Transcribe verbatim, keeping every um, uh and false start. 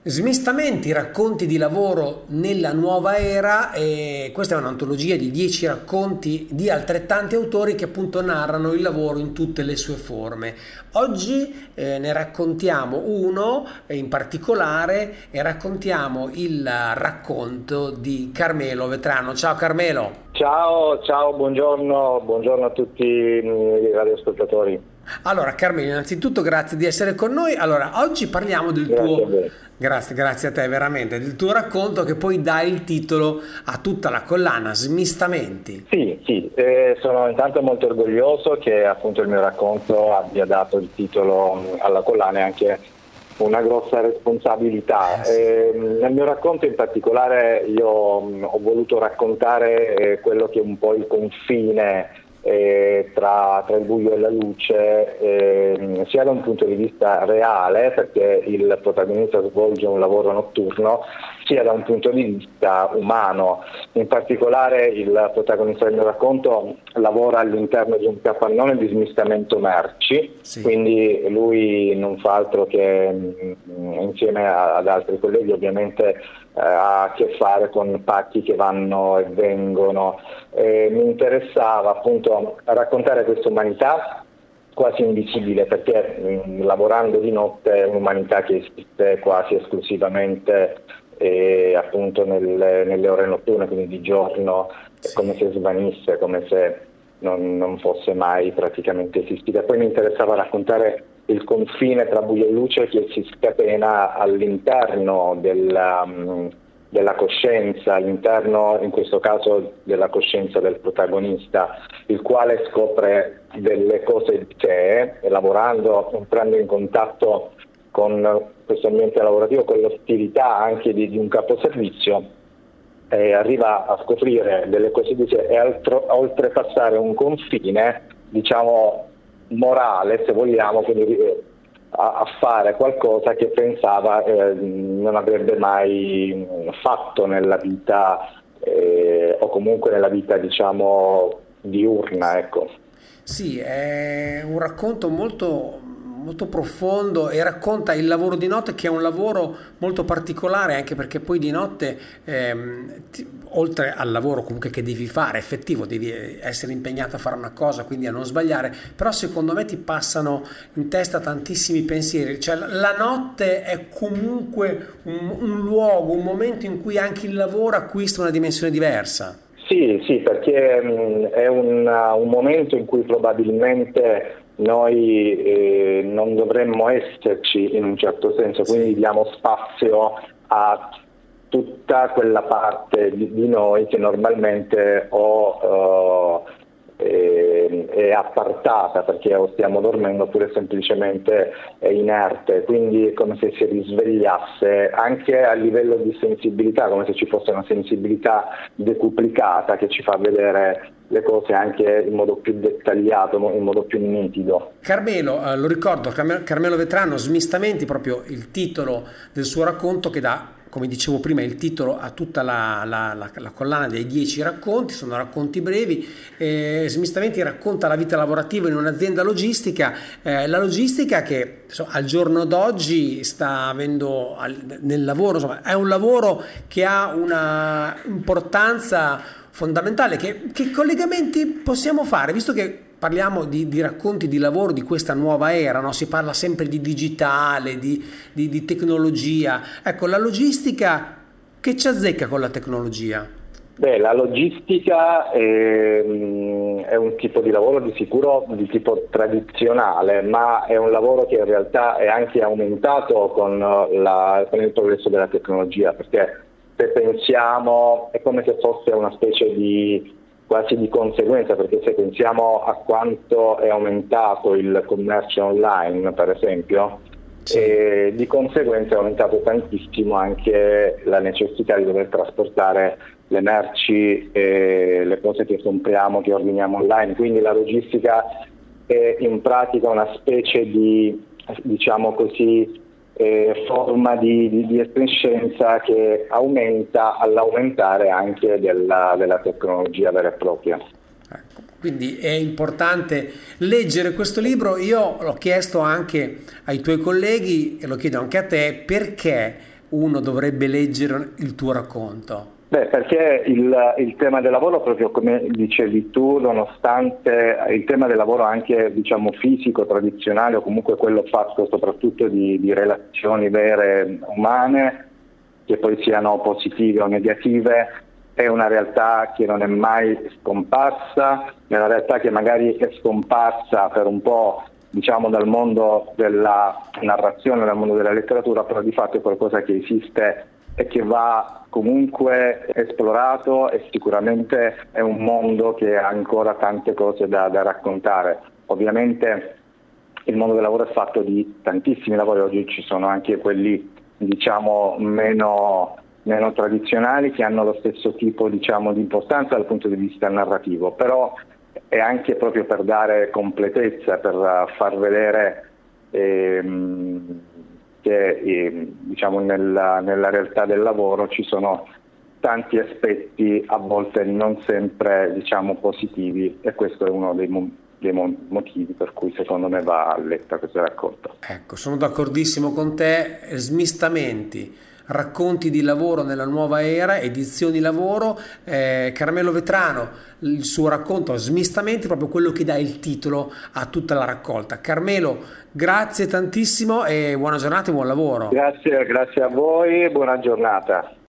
Smistamenti, racconti di lavoro nella nuova era, e questa è un'antologia di dieci racconti di altrettanti autori che appunto narrano il lavoro in tutte le sue forme. Oggi eh, ne raccontiamo uno in particolare e raccontiamo il racconto di Carmelo Vetrano. Ciao Carmelo! Ciao, ciao, buongiorno, buongiorno a tutti i radioascoltatori. Allora Carmelo, innanzitutto grazie di essere con noi. Allora, oggi parliamo del Grazie tuo... a voi. Grazie, grazie a te veramente, del tuo racconto che poi dà il titolo a tutta la collana, Smistamenti. Sì, sì, eh, sono intanto molto orgoglioso che appunto il mio racconto abbia dato il titolo alla collana e anche una grossa responsabilità. Eh, sì. Eh, nel mio racconto in particolare io mh, ho voluto raccontare eh, quello che è un po' il confine Eh, tra, tra il buio e la luce, eh, sia da un punto di vista reale, perché il protagonista svolge un lavoro notturno, sia da un punto di vista umano. In particolare il protagonista del mio racconto lavora all'interno di un capannone di smistamento merci, Sì. Quindi lui non fa altro che mh, insieme a, ad altri colleghi ovviamente ha a che fare con pacchi che vanno e vengono. Eh, mi interessava appunto raccontare questa umanità quasi invisibile, perché mh, lavorando di notte è un'umanità che esiste quasi esclusivamente eh, appunto nelle, nelle ore notturne, quindi di giorno è come se svanisse, come se non, non fosse mai praticamente esistita. Poi mi interessava raccontare il confine tra buio e luce che si scatena all'interno della, um, della coscienza, all'interno in questo caso della coscienza del protagonista, il quale scopre delle cose di sé, e lavorando, entrando in contatto con questo ambiente lavorativo, con l'ostilità anche di, di un caposervizio, e arriva a scoprire delle cose di sé e altro, a oltrepassare un confine, diciamo, morale, se vogliamo, quindi a, a fare qualcosa che pensava eh, non avrebbe mai fatto nella vita eh, o comunque nella vita, diciamo, diurna, ecco. Sì, è un racconto molto, molto profondo e racconta il lavoro di notte, che è un lavoro molto particolare, anche perché poi di notte, ehm, ti, oltre al lavoro comunque che devi fare, effettivo, devi essere impegnato a fare una cosa, quindi a non sbagliare, però secondo me ti passano in testa tantissimi pensieri, cioè la notte è comunque un, un luogo, un momento in cui anche il lavoro acquista una dimensione diversa. Sì, sì, perché mh, è un, un momento in cui probabilmente noi eh, non dovremmo esserci in un certo senso, quindi Sì. diamo spazio a tutta quella parte di, di noi che normalmente o eh, è appartata perché o stiamo dormendo oppure semplicemente è inerte, quindi è come se si risvegliasse anche a livello di sensibilità, come se ci fosse una sensibilità decuplicata che ci fa vedere le cose anche in modo più dettagliato, in modo più nitido. Carmelo, eh, lo ricordo, Carmelo Vetrano, Smistamenti, proprio il titolo del suo racconto che dà, come dicevo prima, il titolo a tutta la, la, la, la collana dei dieci racconti, sono racconti brevi. Eh, Smistamenti racconta la vita lavorativa in un'azienda logistica, eh, la logistica che insomma, al giorno d'oggi sta avendo al, nel lavoro, insomma, è un lavoro che ha una importanza fondamentale. Che, che collegamenti possiamo fare, visto che parliamo di, di racconti di lavoro di questa nuova era, no? Si parla sempre di digitale, di, di, di tecnologia. Ecco, la logistica che ci azzecca con la tecnologia? Beh, la logistica è, è un tipo di lavoro di sicuro di tipo tradizionale, ma è un lavoro che in realtà è anche aumentato con, la, con il progresso della tecnologia, perché se pensiamo è come se fosse una specie di quasi di conseguenza, perché se pensiamo a quanto è aumentato il commercio online, per esempio, sì. E di conseguenza è aumentato tantissimo anche la necessità di dover trasportare le merci e le cose che compriamo, che ordiniamo online, quindi la logistica è in pratica una specie di, diciamo così, Eh, forma di, di, di esperienza che aumenta all'aumentare anche della, della tecnologia vera e propria. Ecco, quindi è importante leggere questo libro. Io l'ho chiesto anche ai tuoi colleghi e lo chiedo anche a te, perché uno dovrebbe leggere il tuo racconto? Beh, perché il, il tema del lavoro, proprio come dicevi tu, nonostante il tema del lavoro anche diciamo fisico, tradizionale, o comunque quello fatto soprattutto di, di relazioni vere umane, che poi siano positive o negative, è una realtà che non è mai scomparsa, è una realtà che magari è scomparsa per un po' diciamo dal mondo della narrazione, dal mondo della letteratura, però di fatto è qualcosa che esiste e che va comunque esplorato, e sicuramente è un mondo che ha ancora tante cose da, da raccontare. Ovviamente il mondo del lavoro è fatto di tantissimi lavori, oggi ci sono anche quelli diciamo meno, meno tradizionali, che hanno lo stesso tipo diciamo di importanza dal punto di vista narrativo, però è anche proprio per dare completezza, per far vedere ehm, che eh, diciamo nella, nella realtà del lavoro ci sono tanti aspetti a volte non sempre diciamo positivi, e questo è uno dei, mo- dei mo- motivi per cui secondo me va letta questo racconto. Ecco, sono d'accordissimo con te. Smistamenti, racconti di lavoro nella nuova era, edizioni lavoro, eh, Carmelo Vetrano, il suo racconto Smistamenti, proprio quello che dà il titolo a tutta la raccolta. Carmelo, grazie tantissimo e buona giornata e buon lavoro. Grazie, grazie a voi e buona giornata.